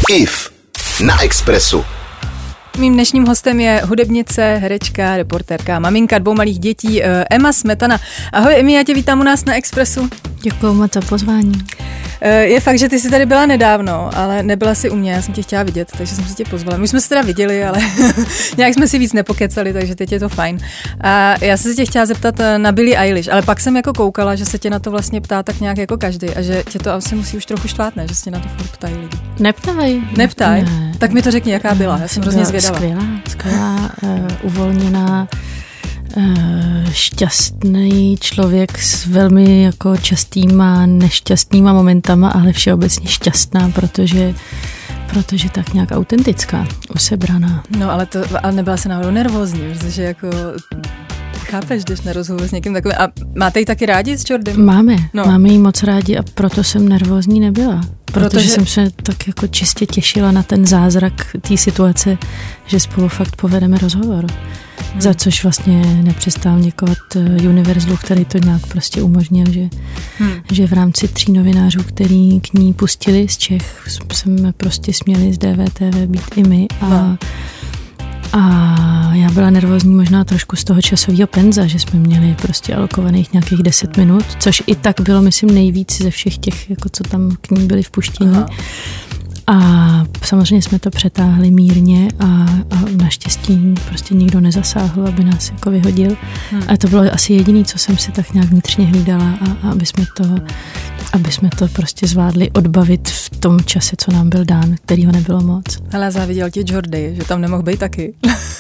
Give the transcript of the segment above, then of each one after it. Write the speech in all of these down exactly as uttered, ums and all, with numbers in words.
I F na Expressu. Mým dnešním hostem je hudebnice, herečka, reportérka, maminka dvou malých dětí Emma Smetana. Ahoj Emi, já tě vítám u nás na Expressu. Děkuju moc za pozvání. Je fakt, že ty jsi tady byla nedávno, ale nebyla jsi u mě, já jsem tě chtěla vidět, takže jsem si tě pozvala. My jsme se teda viděli, ale nějak jsme si víc nepokecali, takže teď je to fajn. A já jsem se tě chtěla zeptat na Billie Eilish, ale pak jsem jako koukala, že se tě na to vlastně ptá tak nějak jako každý a že tě to asi musí už trochu štvát, ne? Že se tě na to furt ptají lidi. Neptaj. Neptaj? Ne. Tak mi to řekni, jaká byla, já jsem hrozně zvědavá. Skvělá, skvělá, uh, uvolněná, Uh, šťastný člověk s velmi jako častýma nešťastnýma momentama, ale všeobecně šťastná, protože protože tak nějak autentická, usebraná. No ale to, ale nebyla se náhodou nervózní, protože jako chápeš, když na rozhovor s někým takovým. A máte ji taky rádi s Jordym? Máme, no. máme ji moc rádi a proto jsem nervózní nebyla. Protože, protože jsem se tak jako čistě těšila na ten zázrak té situace, že spolu fakt povedeme rozhovor. Hmm. Za což vlastně nepřestál děkovat Universalu, který to nějak prostě umožnil, že, hmm. že v rámci tří novinářů, který k ní pustili z Čech, jsme prostě směli z D V T V být i my a, no. a já byla nervózní možná trošku z toho časového penza, že jsme měli prostě alokovaných nějakých deset minut, což i tak bylo, myslím, nejvíc ze všech těch, jako co tam k ní byli vpuštění. Aha. A samozřejmě jsme to přetáhli mírně a, a naštěstí prostě nikdo nezasáhl, aby nás jako vyhodil. Hmm. A to bylo asi jediné, co jsem si tak nějak vnitřně hlídala, a, a aby jsme to, aby jsme to prostě zvládli odbavit v tom čase, co nám byl dán, kterýho nebylo moc. Ale záviděl ti Jordy, že tam nemohl být taky.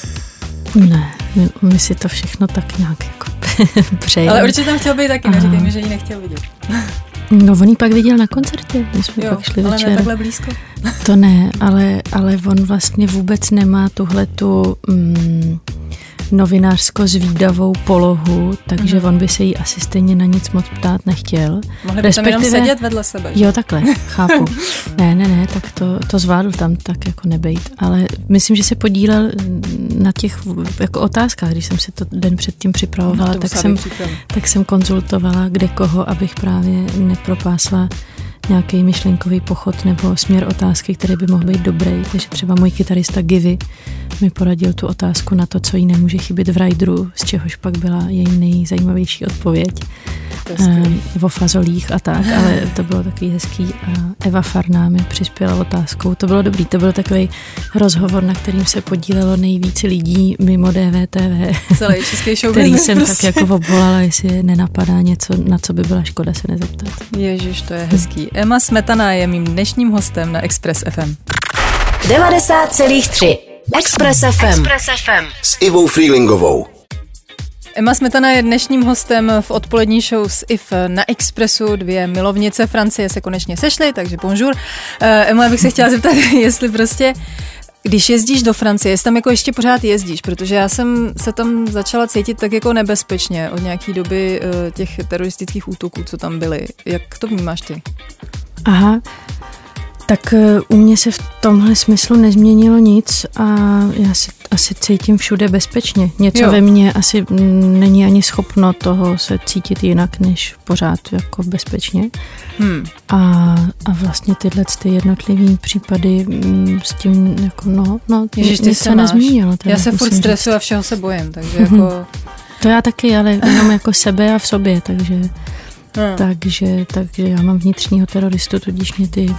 Ne, my, my si to všechno tak nějak jako přejeme. Ale určitě tam chtěl být taky, neříkej mi, že ji nechtěl vidět. No, on ji pak viděl na koncertě, my jsme jo, pak šli ale večer. ale ne takhle blízko. To ne, ale, ale on vlastně vůbec nemá tuhletu mm, novinářsko-zvídavou polohu, takže mm-hmm. on by se jí asi stejně na nic moc ptát nechtěl. Mohli by tam jenom sedět vedle sebe. Jo, takhle, chápu. Ne, ne, ne, tak to, to zvládl tam tak jako nebejt, ale myslím, že se podílel na těch jako otázkách, když jsem si to den předtím připravovala, no, tak, jsem, tak jsem konzultovala kde koho, abych právě nepropásla nějaký myšlenkový pochod nebo směr otázky, který by mohl být dobrý. Takže třeba můj kytarista Givy mi poradil tu otázku na to, co jí nemůže chybět v Rideru, z čehož pak byla její nejzajímavější odpověď. Um, o fazolích a tak, ale to bylo takový hezký. A Eva Farná mi přispěla otázkou. To bylo dobrý, to byl takový rozhovor, na kterým se podílelo nejvíce lidí mimo D V T V. Celý český show který jsem prostě tak jako obvolala, jestli nenapadá něco, na co by byla škoda se nezeptat. Ježiš, to je hezký. Emma Smetana je mým dnešním hostem na Express F M. devadesát celá tři Express F M. Express F M. S Ivou Freelingovou. Emma Smetana je dnešním hostem v odpolední show s I F na Expressu. Dvě milovnice Francie se konečně sešly, takže bonjour. Uh, Emma, já bych se chtěla zeptat, jestli prostě, když jezdíš do Francie, jestli tam jako ještě pořád jezdíš, protože já jsem se tam začala cítit tak jako nebezpečně od nějaký doby uh, těch teroristických útoků, co tam byly. Jak to vnímáš ty? Aha, tak u mě se v tomhle smyslu nezměnilo nic a já si asi cítím všude bezpečně. Něco jo. ve mně asi není ani schopno toho se cítit jinak, než pořád jako bezpečně. Hmm. A, a vlastně tyhle ty jednotlivý případy s tím jako no, no Ježiš, nic se nezměnilo. Já se furt stresuju a všeho se bojím, takže jako... To já taky, ale jenom jako sebe a v sobě, takže... Hmm. Takže, takže já mám vnitřního teroristu, tudíž mě ty,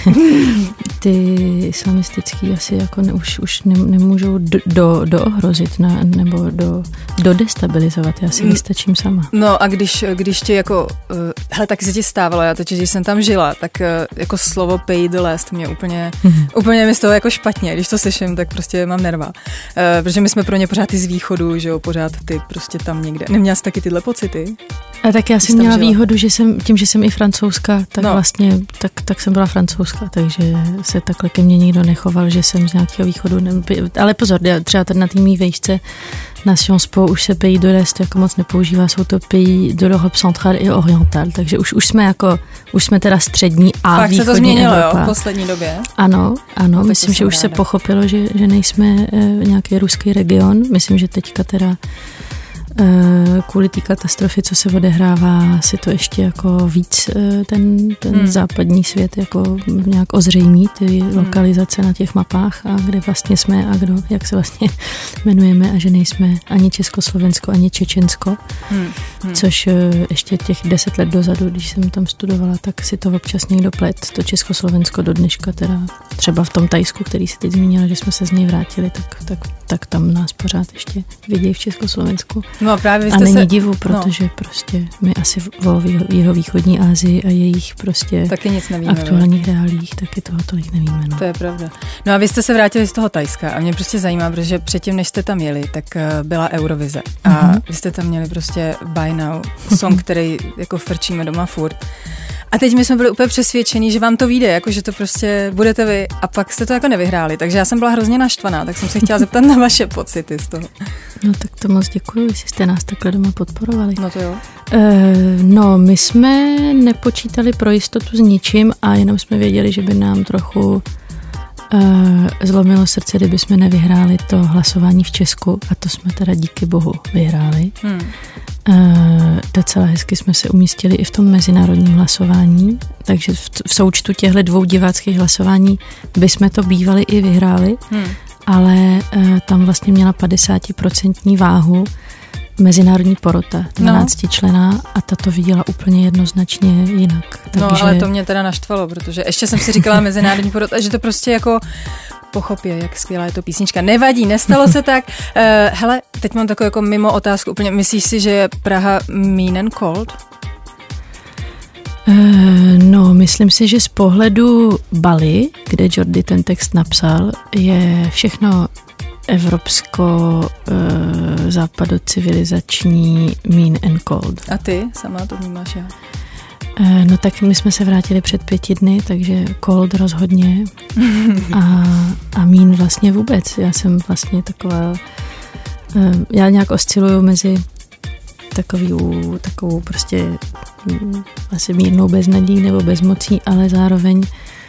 ty islamistický asi jako ne, už, už ne, nemůžou do, do, doohrozit na, nebo do, dodestabilizovat. Já si vystačím sama. No a když, když ti jako, uh, hele, tak se ti stávalo, já totiž, když jsem tam žila, tak uh, jako slovo pay the last mě úplně, hmm. úplně mi z toho jako špatně, když to slyším, tak prostě mám nerva. Uh, protože my jsme pro ně pořád ty z východu, že jo, pořád ty prostě tam někde. Neměla jsi taky tyhle pocity? A tak já jsem měla výhodu, že jsem, tím, že jsem i francouzská, tak no. vlastně, tak, tak jsem byla francouzská, takže se takhle ke mně nikdo nechoval, že jsem z nějakého východu. Ne, ale pozor, třeba tady na té mý vejšce na Sciences Po už se pays de l'Est jako moc nepoužívá, jsou to pays de l'Europe centrale et orientale, takže už, už jsme jako, už jsme teda střední a fakt východní se to změnilo, Evropa. Jo, v poslední době? Ano, ano, no, myslím, že už ráda. se pochopilo, že, že nejsme e, nějaký ruský region, myslím, že teďka teda kvůli té katastrofě, co se odehrává, si to ještě jako víc ten, ten hmm. západní svět jako nějak ozřejmí, ty hmm. lokalizace na těch mapách a kde vlastně jsme a kdo, jak se vlastně jmenujeme a že nejsme ani Československo, ani Čečensko, hmm. Hmm. což ještě těch deset let dozadu, když jsem tam studovala, tak si to občas někdo plet, to Československo do dneška, teda třeba v tom Tajsku, který si teď zmínila, že jsme se z něj vrátili, tak, tak, tak tam nás pořád ještě vidějí v Československu. No a právě a není se... divu, protože no. prostě my asi o jihovýchodní Asii a jejich prostě taky nic nevíme, aktuálních reálích, taky toho tolik nevíme. No. To je pravda. No a vy jste se vrátili z toho Tajska a mě prostě zajímá, protože předtím, než jste tam jeli, tak byla Eurovize a uh-huh. vy jste tam měli prostě Buy Now, song, který jako frčíme doma furt. A teď my jsme byli úplně přesvědčení, že vám to vyjde, jako že to prostě budete vy a pak jste to jako nevyhráli, takže já jsem byla hrozně naštvaná, tak jsem se chtěla zeptat na vaše pocity z toho. No tak to moc děkuju, jestli jste nás takhle doma podporovali. No to jo. E, no my jsme nepočítali pro jistotu s ničím a jenom jsme věděli, že by nám trochu e, zlomilo srdce, kdyby jsme nevyhráli to hlasování v Česku a to jsme teda díky bohu vyhráli. Hmm. Uh, docela hezky jsme se umístili i v tom mezinárodním hlasování, takže v, v součtu těchto dvou diváckých hlasování bychom to bývali i vyhráli, hmm. ale uh, tam vlastně měla padesátiprocentní váhu mezinárodní porota, dvanáctičlenná no. a ta to viděla úplně jednoznačně jinak. Takže... No ale to mě teda naštvalo, protože ještě jsem si říkala mezinárodní porota, že to prostě jako pochopí, jak skvělá je to písnička. Nevadí, nestalo se tak. Uh, hele, teď mám takovou jako mimo otázku úplně. Myslíš si, že je Praha mean and cold? Uh, no, myslím si, že z pohledu Bali, kde Jordi ten text napsal, je všechno evropsko uh, západocivilizační mean and cold. A ty sama to vnímáš, já? No tak my jsme se vrátili před pěti dny, takže cold rozhodně a, a mean vlastně vůbec. Já jsem vlastně taková, já nějak osciluju mezi takovou, takovou prostě asi mírnou beznadějí nebo bezmocí, ale zároveň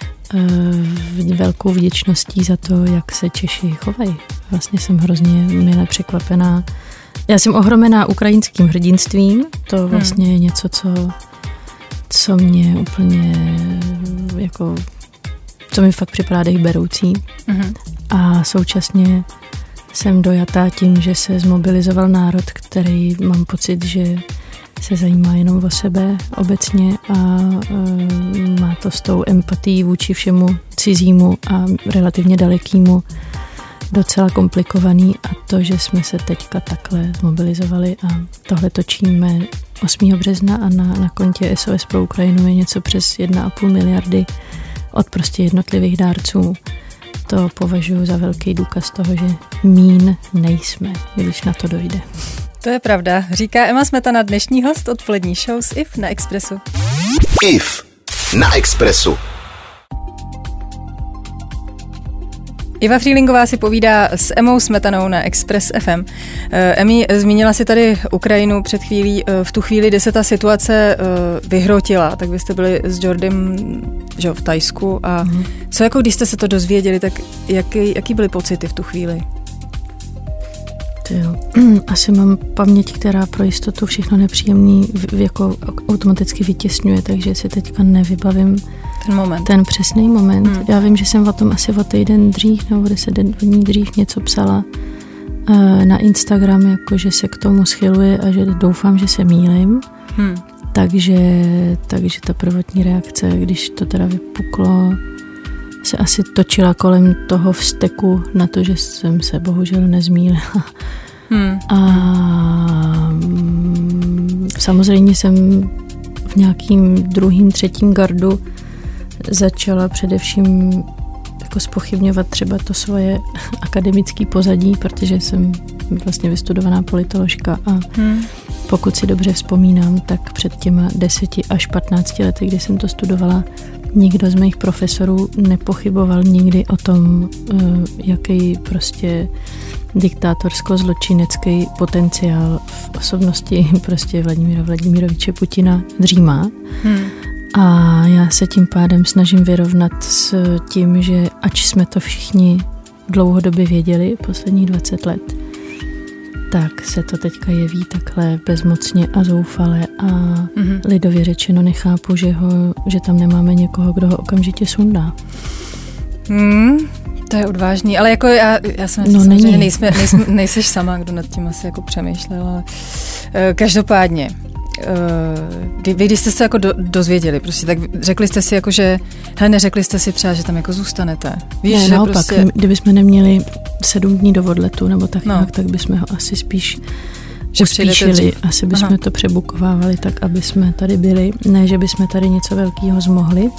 uh, velkou vděčností za to, jak se Češi chovají. Vlastně jsem hrozně mile překvapená. Já jsem ohromená ukrajinským hrdinstvím, to vlastně je něco, co co mě úplně jako, co mi fakt připadá dechberoucí. Mm-hmm. A současně jsem dojatá tím, že se zmobilizoval národ, který mám pocit, že se zajímá jenom o sebe obecně a uh, má to s tou empatií vůči všemu cizímu a relativně dalekému docela komplikovaný a to, že jsme se teďka takhle zmobilizovali a tohle točíme osmého března a na, na kontě S O S pro Ukrajinu je něco přes jedna a půl miliardy od prostě jednotlivých dárců. To považuji za velký důkaz toho, že mín nejsme, když na to dojde. To je pravda, říká Ema Smetana, dnešní host odpolední show s I F na Expressu. I F na Expressu. Iva Frýlingová si povídá s Emou Smetanou na Express F M. Emi, zmínila si tady Ukrajinu před chvílí. V tu chvíli, kdy se ta situace vyhrotila, tak vy jste byli s Jordym že, v Tajsku. A mm. co jako když jste se to dozvěděli, tak jaký, jaký byly pocity v tu chvíli? Jo. Asi mám paměť, která pro jistotu všechno nepříjemný jako automaticky vytěsňuje, takže si teďka nevybavím ten moment. Ten přesný moment. Hmm. Já vím, že jsem o tom asi o týden dřív nebo deset dní dřív něco psala uh, na Instagram, jako že se k tomu schyluje a že doufám, že se mýlím. Hmm. Takže, takže ta prvotní reakce, když to teda vypuklo, se asi točila kolem toho vzteku na to, že jsem se bohužel nezmýlila. Hmm. A samozřejmě jsem v nějakým druhým, třetím gardu začala především jako zpochybňovat třeba to svoje akademické pozadí, protože jsem vlastně vystudovaná politoložka a hmm. pokud si dobře vzpomínám, tak před těma deseti až patnácti lety, kdy jsem to studovala, nikdo z mých profesorů nepochyboval nikdy o tom, jaký prostě diktátorsko-zločinecký potenciál v osobnosti prostě Vladimíra Vladimiroviče Putina dřímá. Hmm. A já se tím pádem snažím vyrovnat s tím, že ač jsme to všichni dlouhodobě věděli, posledních dvacet let, tak se to teďka jeví takhle bezmocně a zoufale a mm-hmm. lidově řečeno nechápu, že, ho, že tam nemáme někoho, kdo ho okamžitě sundá. Hmm, to je odvážný, ale jako já, já jsem no, samozřejmě nejsme, nejsme, nejseš sama, kdo nad tím asi jako přemýšlel, ale uh, každopádně, uh, kdy, vy když jste se jako do, dozvěděli, prostě, tak řekli jste si jako, že, hele, neřekli jste si třeba, že tam jako zůstanete. Víš, ne, že naopak, prostě... kdybychom neměli sedm dní do odletu, nebo tak no. nějak, tak bychom ho asi spíš že uspíšili. Asi bychom Aha. to přebukovávali tak, aby jsme tady byli. Ne, že bychom tady něco velkého zmohli,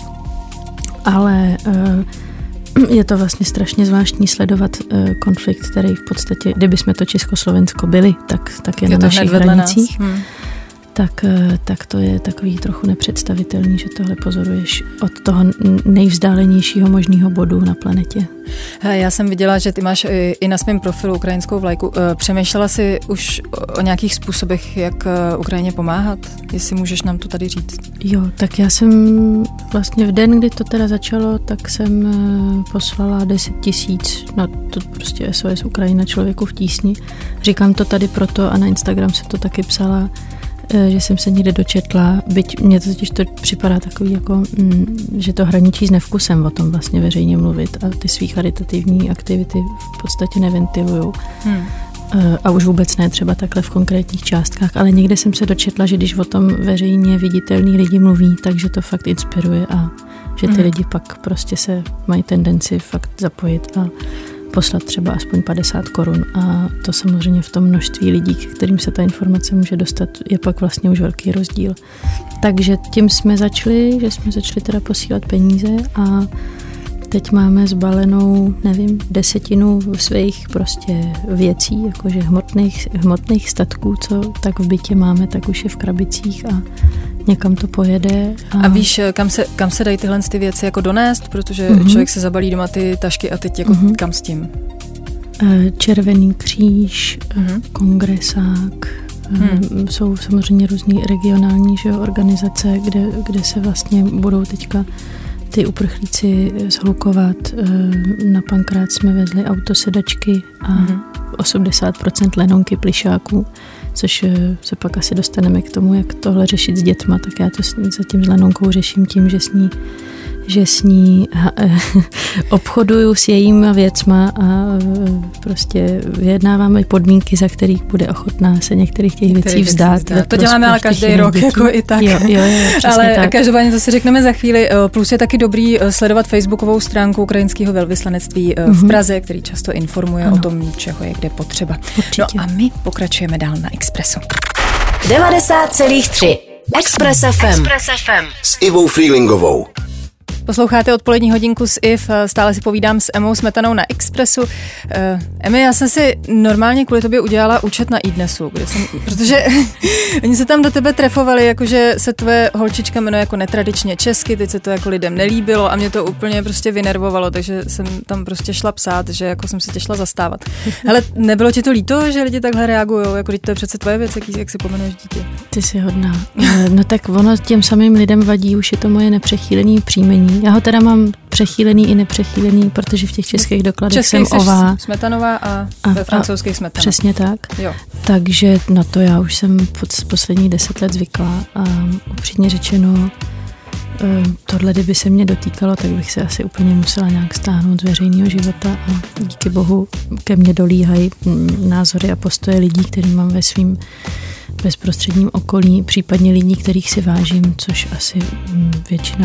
ale uh, je to vlastně strašně zvláštní sledovat uh, konflikt, který v podstatě, kdyby jsme to Československo byli, tak, tak je, je na našich hranicích. Hmm. Tak, tak to je takový trochu nepředstavitelný, že tohle pozoruješ od toho nejvzdálenějšího možného bodu na planetě. Já jsem viděla, že ty máš i na svém profilu ukrajinskou vlajku. Přemýšlela jsi už o nějakých způsobech, jak Ukrajině pomáhat? Jestli můžeš nám to tady říct. Jo, tak já jsem vlastně v den, kdy to teda začalo, tak jsem poslala deset tisíc na to prostě S O S Ukrajina člověku v tísni. Říkám to tady proto a na Instagram se to taky psala, že jsem se někde dočetla, byť mně to totiž to připadá takový, jako, že to hraničí s nevkusem o tom vlastně veřejně mluvit a ty svý charitativní aktivity v podstatě neventilujou. Hmm. A už vůbec ne třeba takhle v konkrétních částkách, ale někde jsem se dočetla, že když o tom veřejně viditelní lidi mluví, takže to fakt inspiruje a že ty hmm. lidi pak prostě se mají tendenci fakt zapojit a poslat třeba aspoň padesát korun a to samozřejmě v tom množství lidí, k kterým se ta informace může dostat, je pak vlastně už velký rozdíl. Takže tím jsme začali, že jsme začali teda posílat peníze a teď máme zbalenou, nevím, desetinu svých prostě věcí, jakože hmotných, hmotných statků, co tak v bytě máme, tak už je v krabicích a někam to pojede. A, a víš, kam se, kam se dají tyhle ty věci jako donést? Protože mm-hmm. člověk se zabalí doma ty tašky a teď jako mm-hmm. kam s tím? Červený kříž, mm-hmm. kongresák, mm. jsou samozřejmě různý regionální že, organizace, kde, kde se vlastně budou teďka ty uprchlíci shlukovat. Na Pankrát jsme vezli autosedačky a mm-hmm. osmdesát procent lenonky plišáků, což se pak asi dostaneme k tomu, jak tohle řešit s dětma, tak já to zatím s lenonkou řeším tím, že s ní, že s ní obchoduju s jejíma věcma a prostě vyjednáváme podmínky, za kterých bude ochotná se některých těch věcí Který vzdát. vzdát. To děláme ale každý rok, dětí. Jako i tak. Jo, jo, jo, ale tak. Každopádně to si řekneme za chvíli. Plus je taky dobrý sledovat facebookovou stránku ukrajinského velvyslanectví mm-hmm. v Praze, který často informuje ano. o tom, čeho je kde potřeba. Určitě. No a my pokračujeme dál na Expressu. devadesát celá tři Express F M. Express F M. S Ivou Freelingovou. Posloucháte odpolední hodinku s I V, stále si povídám s Emou Smetanou na Expressu. Uh, Emi, já jsem si normálně kvůli tobě udělala účet na iDnesu, kde jsem, protože oni se tam do tebe trefovali, jakože se tvoje holčička jmenuje jako netradičně česky, teď se to jako lidem nelíbilo a mě to úplně prostě vynervovalo, takže jsem tam prostě šla psát, že jako jsem se tě šla zastávat. Hele, nebylo ti to líto, že lidi takhle reagujou, jako teď to je přece tvoje věc, jak, jak si pomenuješ dítě? Ty jsi hodná. No tak ono těm samým lidem vadí, už je to moje nepřechýlený příjmení. Já ho teda mám přechýlený i nepřechýlený, protože v těch českých dokladech českých jsem ová. Smetanová a, a ve francouzských Smetana. Přesně tak. Jo. Takže na to já už jsem pod posledních deset let zvykla a upřímně řečeno, tohle, kdyby se mě dotýkalo, tak bych se asi úplně musela nějak stáhnout z veřejného života a díky bohu ke mně dolíhají názory a postoje lidí, který mám ve svým bezprostředním okolí, případně lidí, kterých si vážím, což asi většina,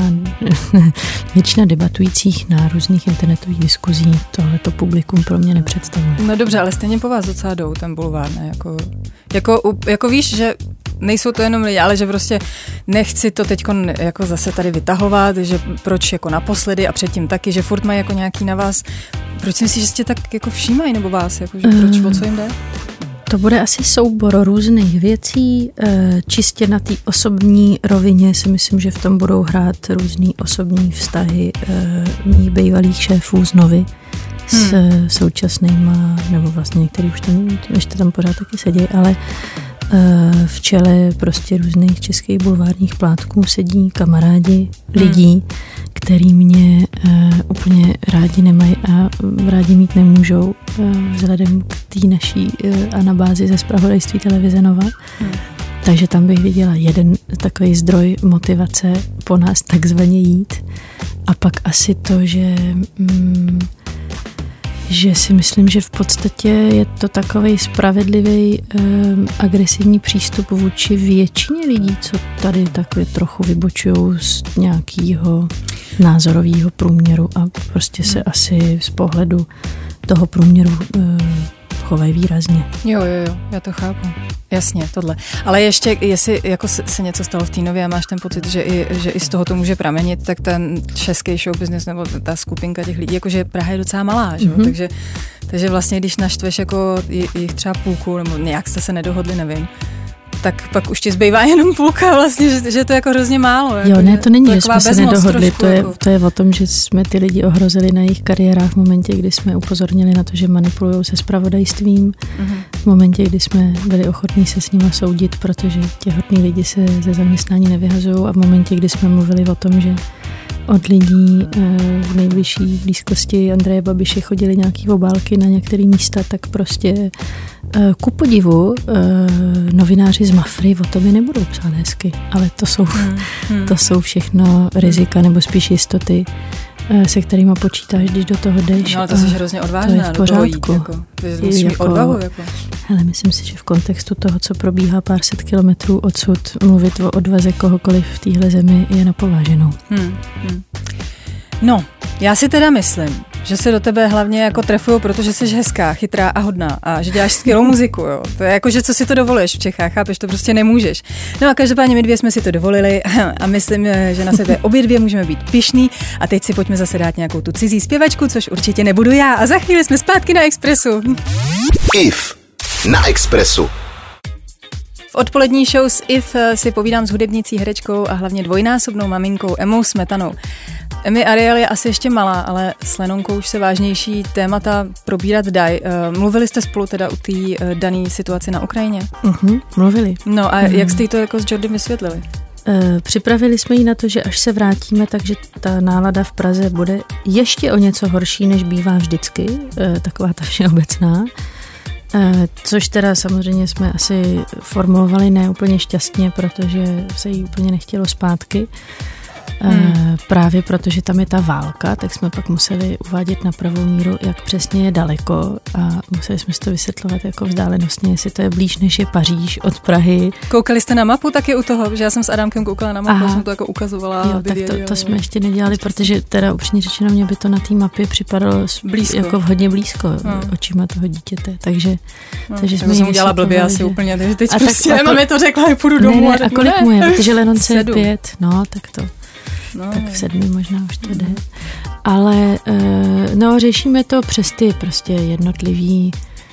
většina debatujících na různých internetových diskuzí tohleto publikum pro mě nepředstavuje. No dobře, ale stejně po vás docela jdou ten bulvár, ne? Jako, jako, jako víš, že nejsou to jenom lidi, ale že prostě nechci to teď jako zase tady vytahovat, že proč jako naposledy a předtím taky, že furt mají jako nějaký na vás, proč si myslíš, že jste tak jako všímají nebo vás, jako, že proč, o co jim jde? To bude asi soubor různých věcí, čistě na té osobní rovině si myslím, že v tom budou hrát různý osobní vztahy mých bývalých šéfů z Novy s hmm. současnýma, nebo vlastně některý už tam, ještě tam pořád taky sedějí, ale v čele prostě různých českých bulvárních plátků sedí kamarádi lidí, hmm. který mě úplně rádi nemají a rádi mít nemůžou vzhledem k té naší anabázi ze zpravodajství televize Nova. Hmm. Takže tam bych viděla jeden takový zdroj motivace po nás takzvaně jít. A pak asi to, že, mm, že si myslím, že v podstatě je to takovej spravedlivý, um, agresivní přístup vůči většině lidí, co tady takhle trochu vybočují z nějakého názorového průměru a prostě se asi z pohledu toho průměru uh, chovají výrazně. Jo, jo, jo, já to chápu. Jasně, tohle. Ale ještě, jestli jako se něco stalo v té Nově a máš ten pocit, že i, že i z toho to může pramenit, tak ten český show business nebo ta skupinka těch lidí, jakože Praha je docela malá, že? Mm-hmm. takže, takže vlastně, když naštveš jako jich třeba půlku, nebo nějak jste se nedohodli, nevím, tak pak už ti zbývá jenom půlka vlastně, že, že to je jako hrozně málo. Jo, ne, to není, že jsme se nedohodli, trošku, to, je, jako. to je o tom, že jsme ty lidi ohrozili na jejich kariérách v momentě, kdy jsme upozornili na to, že manipulují se zpravodajstvím, mm-hmm. v momentě, kdy jsme byli ochotní se s nimi soudit, protože těhotní lidi se ze zaměstnání nevyhazují a v momentě, kdy jsme mluvili o tom, že od lidí v nejbližší blízkosti Andreje Babiše chodili nějaký obálky na některé místa, tak prostě ku podivu novináři z Mafry o tobě nebudou psát hezky, ale to jsou, hmm, hmm. to jsou všechno rizika nebo spíš jistoty, se kterými počítáš, když do toho jdeš. No, ale to jsi hrozně odvážná do toho jít. Jako, musíš mít odvahu. Jako. Hele, myslím si, že v kontextu toho, co probíhá pár set kilometrů odsud, mluvit o odvaze kohokoliv v téhle zemi je napováženou. Hmm, hmm. No, já si teda myslím, že se do tebe hlavně jako trefují, protože jsi hezká, chytrá a hodná a že děláš skvělou muziku, jo. To je jako, že co si to dovolíš v Čechách, chápeš, to prostě nemůžeš. No a každopádně my dvě jsme si to dovolili a myslím, že na sebe obě dvě můžeme být pyšný a teď si pojďme zase dát nějakou tu cizí zpěvačku, což určitě nebudu já a za chvíli jsme zpátky na Expressu. I F na Expressu. V odpolední show s I F si povídám s hudebnicí, herečkou a hlavně dvojnásobnou maminkou Emou Smetanou. Emi Ariel je asi ještě malá, ale s Lenonkou už se vážnější témata probírat dají. Mluvili jste spolu teda u té dané situace na Ukrajině? Uh-huh, mluvili. No a uh-huh. jak jste jí to jako s Jordym vysvětlili? Uh, připravili jsme jí na to, že až se vrátíme, takže ta nálada v Praze bude ještě o něco horší, než bývá vždycky, uh, taková ta všeobecná. Uh, což teda samozřejmě jsme asi formulovali ne úplně šťastně, protože se jí úplně nechtělo zpátky. Hmm. Právě protože tam je ta válka, tak jsme pak museli uvádět na pravou míru, jak přesně je daleko a museli jsme si to vysvětlovat jako vzdálenostně, jestli to je blíž než je Paříž od Prahy. Koukali jste na mapu taky u toho, že já jsem s Adamkem koukala na mapu, jsem to jako ukazovala. Jo, tak to, to jsme ještě nedělali, protože teda upřímně řečeno mě by to na té mapě připadalo blízko. Jako hodně blízko no. očima toho dítěte, takže, no, takže jsme jsem udělala blbě asi že... úplně, takže teď a prostě tak, a mi to řekla, jak půjdu domů. Ne, ne, a, a kolik mu je, protože Lenonce je pět, no tak to. No, tak v sedmi možná už to jde. Ale no, řešíme to přes ty prostě jednotlivý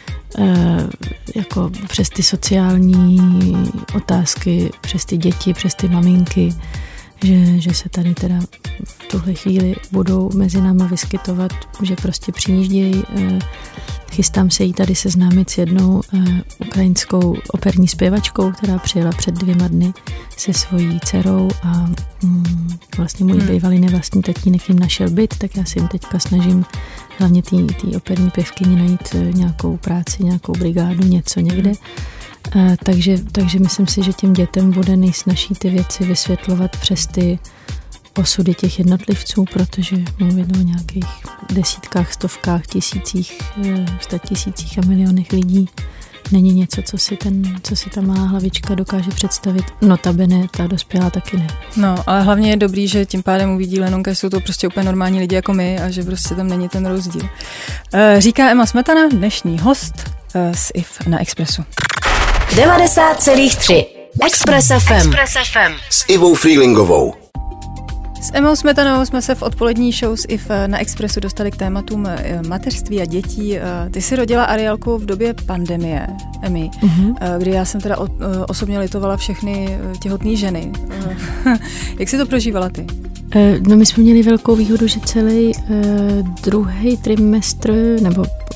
jako přes ty sociální otázky, přes ty děti, přes ty maminky, že, že se tady teda v tuhle chvíli budou mezi náma vyskytovat, že prostě přijíždějí. Chystám se jí tady seznámit s jednou ukrajinskou operní zpěvačkou, která přijela před dvěma dny se svojí dcerou a mm, vlastně můj hmm. bývalý nevlastní tatínek jim našel byt, tak já se jim teďka snažím hlavně té operní pěvkyni najít nějakou práci, nějakou brigádu, něco někde. Hmm. Takže, takže myslím si, že těm dětem bude nejsnažší ty věci vysvětlovat přes ty osudy těch jednotlivců, protože mluvit o nějakých desítkách, stovkách, tisících, statisících a milionech lidí není něco, co si, ten, co si ta malá hlavička dokáže představit. Notabene ta dospělá taky ne. No, ale hlavně je dobrý, že tím pádem uvidí Lenonka, že jsou to prostě úplně normální lidi jako my a že prostě tam není ten rozdíl. Říká Ema Smetana, dnešní host z I F na Expressu. devadesát celá tři Express F M. Express F M. S Ivou Freelingovou. S Emou Smetanou jsme se v odpolední show s I F na Expressu dostali k tématům mateřství a dětí. Ty jsi rodila Arielku v době pandemie, Emi, mm-hmm. kdy já jsem teda osobně litovala všechny těhotné ženy. Jak jsi to prožívala ty? No my jsme měli velkou výhodu, že celý uh, druhý trimestr nebo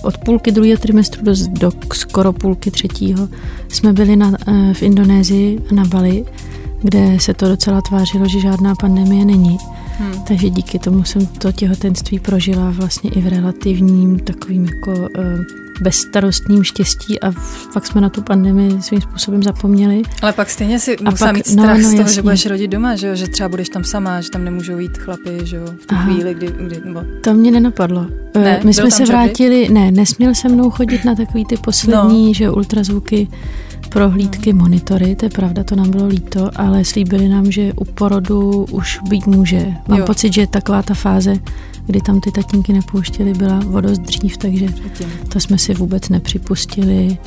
od půlky druhého trimestru do, do skoro půlky třetího jsme byli na, v Indonésii na Bali, kde se to docela tvářilo, že žádná pandemie není. Hmm. Takže díky tomu jsem to těhotenství prožila vlastně i v relativním takovým jako uh, bezstarostním štěstí a fakt jsme na tu pandemii svým způsobem zapomněli. Ale pak stejně si a musela pak, mít strach no, no, z toho, jasně. že budeš rodit doma, že, jo? Že třeba budeš tam sama, že tam nemůžou jít chlapi, že jo? V tu Aha. chvíli, kdy... kdy nebo... To mě nenapadlo. Ne, My jsme se vrátili, Jordy? ne, nesměl se mnou chodit na takový ty poslední, no. že ultrazvuky, prohlídky, no. monitory, to je pravda, to nám bylo líto, ale slíbili nám, že u porodu už být může. Mám jo. pocit, že taková ta fáze, kdy tam ty tatínky nepouštěli, byla o dost dřív, takže to jsme si vůbec nepřipustili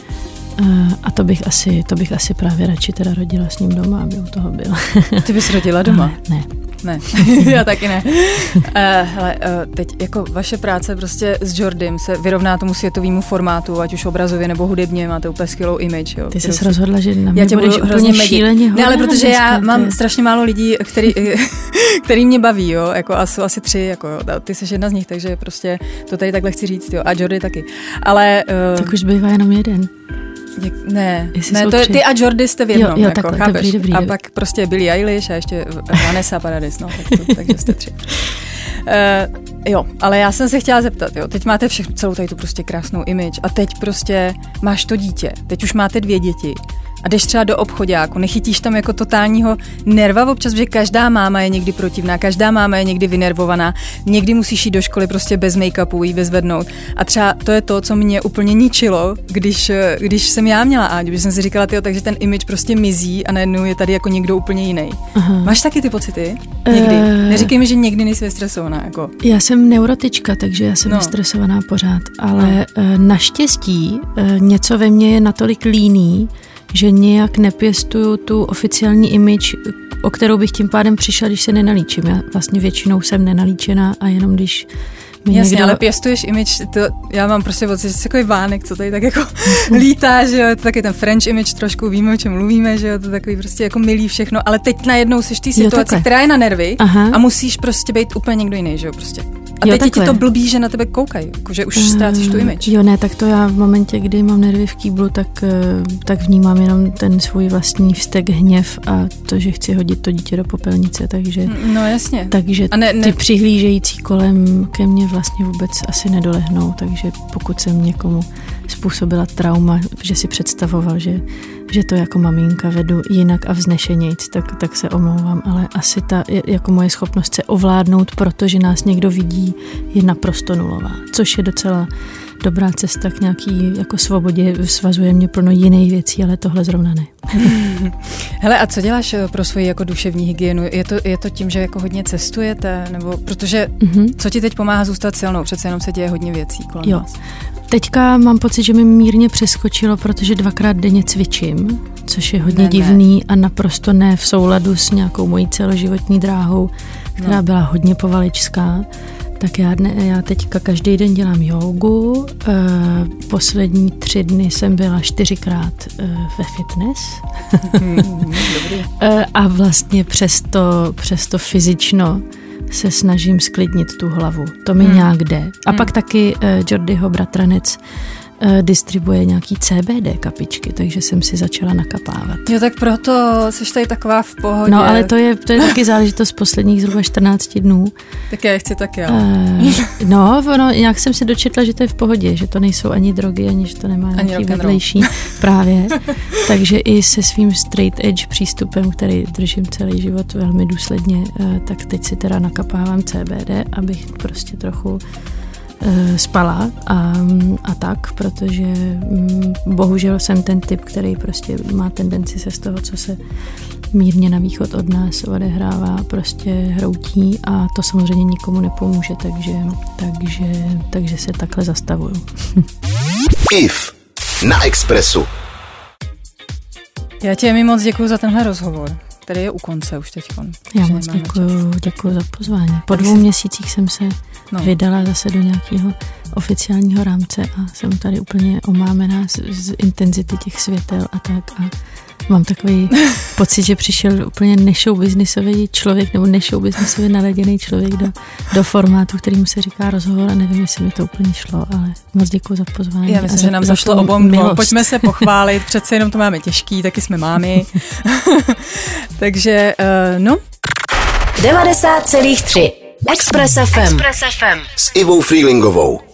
a to bych asi, to bych asi právě radši teda rodila s ním doma, aby u toho byla. Ty bys rodila doma? Ale ne. Ne, já taky ne. Uh, hele, uh, teď jako vaše práce prostě s Jordym se vyrovná tomu světovému formátu, ať už obrazově nebo hudebně, máte úplně skvělou image. Jo, Ty jsi se rozhodla, že na mě budeš úplně šíleně hodná. Ne, ale protože já mám ty... strašně málo lidí, který, který mě baví, jo, jako a jsou asi tři, jako jo, ty jsi jedna z nich, takže prostě to tady takhle chci říct, jo, a Jordy taky. Ale... Uh, tak už bývá jenom jeden. Ne, ne to je, ty a Jordy jste v jednom, jo, jo, jako, takhle, chápeš? Dobrý, dobrý, a pak prostě Billie Eilish a ještě Vanessa Paradis, no, tak to, takže jste tři. Uh, jo, ale já jsem se chtěla zeptat, jo, teď máte všechno, celou tady tu prostě krásnou image a teď prostě máš to dítě, teď už máte dvě děti a jdeš třeba do obchoďáku, nechytíš tam jako totálního nerva občas, že každá máma je někdy protivná, každá máma je někdy vynervovaná, někdy musíš jít do školy prostě bez make-upu, jí vyzvednout a třeba to je to, co mě úplně ničilo, když, když jsem já měla Áďu, když jsem si říkala, tyjo, takže ten image prostě mizí a najednou je tady jako někdo úplně jiný. Aha. Máš taky ty pocity? Někdy? Uh, Neříkej mi, že někdy nejsi vystresovaná. Jako. Já jsem neurotička, takže já jsem no. vystresovaná pořád, ale no. naštěstí něco ve mně je natolik líný, že nějak nepěstuju tu oficiální image, o kterou bych tím pádem přišla, když se nenalíčím. Já vlastně většinou jsem nenalíčená a jenom když mi Jasně, někdo... ale pěstuješ image, to, já mám prostě pocit, že jsi takový vánek, co tady tak jako lítá, že jo, je to taky ten French image, trošku víme, o čem mluvíme, že jo, to je takový prostě jako milý všechno, ale teď najednou jsi v té situaci, jo, která je na nervy Aha. a musíš prostě být úplně někdo jiný, že jo, prostě. A jo, teď takhle. Ti to blbý, že na tebe koukají, jako, že už uh, ztrácíš tu image. Jo, ne, tak to já v momentě, kdy mám nervy v kýblu, tak, tak vnímám jenom ten svůj vlastní vztek, hněv a to, že chci hodit to dítě do popelnice, takže... No jasně. Takže a ne, ne... ty přihlížející kolem ke mně vlastně vůbec asi nedolehnou, takže pokud jsem někomu způsobila trauma, že si představoval, že, že to jako maminka vedu jinak a vznešenějc, tak, tak se omlouvám, ale asi ta jako moje schopnost se ovládnout, protože nás někdo vidí, je naprosto nulová, což je docela dobrá cesta k nějaký jako svobodě, svazuje mě plno jiných věcí, ale tohle zrovna ne. Hele, a co děláš pro svoji jako duševní hygienu? Je to, je to tím, že jako hodně cestujete? Nebo protože mm-hmm. co ti teď pomáhá zůstat silnou? Přece jenom se děje hodně věcí kolem jo. nás. Teďka mám pocit, že mi mírně přeskočilo, protože dvakrát denně cvičím, což je hodně ne, divný ne. a naprosto ne v souladu s nějakou mojí celoživotní dráhou, která no. byla hodně povaličská. Tak já, ne, já teďka každý den dělám jógu, e, poslední tři dny jsem byla čtyřikrát e, ve fitness mm, e, a vlastně přesto, přesto fyzično se snažím sklidnit tu hlavu. To mi mm. nějak jde. A mm. pak taky e, Jordyho bratranec e, distribuje nějaký C B D kapičky, takže jsem si začala nakapávat. Jo, tak proto jsi tady taková v pohodě. No, ale to je, to je taky záležitost posledních zhruba čtrnáct dnů. Tak já chci taky, jo. E, no, no, nějak jsem si dočetla, že to je v pohodě, že to nejsou ani drogy, ani že to nemá ani nějaký vedlejší právě. Takže i se svým straight edge přístupem, který držím celý život velmi důsledně, e, tak teď si teda nakapávám C B D, abych prostě trochu spala a, a tak, protože m, bohužel jsem ten typ, který prostě má tendenci se z toho, co se mírně na východ od nás odehrává, prostě hroutí a to samozřejmě nikomu nepomůže, takže, takže, takže se takhle zastavuju. I F na Expressu. Já ti mi moc děkuju za tenhle rozhovor. Tady je u konce už teď. Já moc děkuju, děkuju za pozvání. Po dvou měsících jsem se no. vydala zase do nějakého oficiálního rámce a jsem tady úplně omámená z, z intenzity těch světel a tak a Mám takový pocit, že přišel úplně neshowbiznisový člověk nebo neshowbiznisově naladěný člověk do, do formátu, kterýmu se říká rozhovor a nevím, jestli mi to úplně šlo, ale moc děkuji za pozvání. Já myslím, že nám zašlo obom dvou. Pojďme se pochválit, přece jenom to máme těžký, taky jsme mámy. Takže, uh, no. devadesát celá tři Express ef em. S Ivou Freelingovou.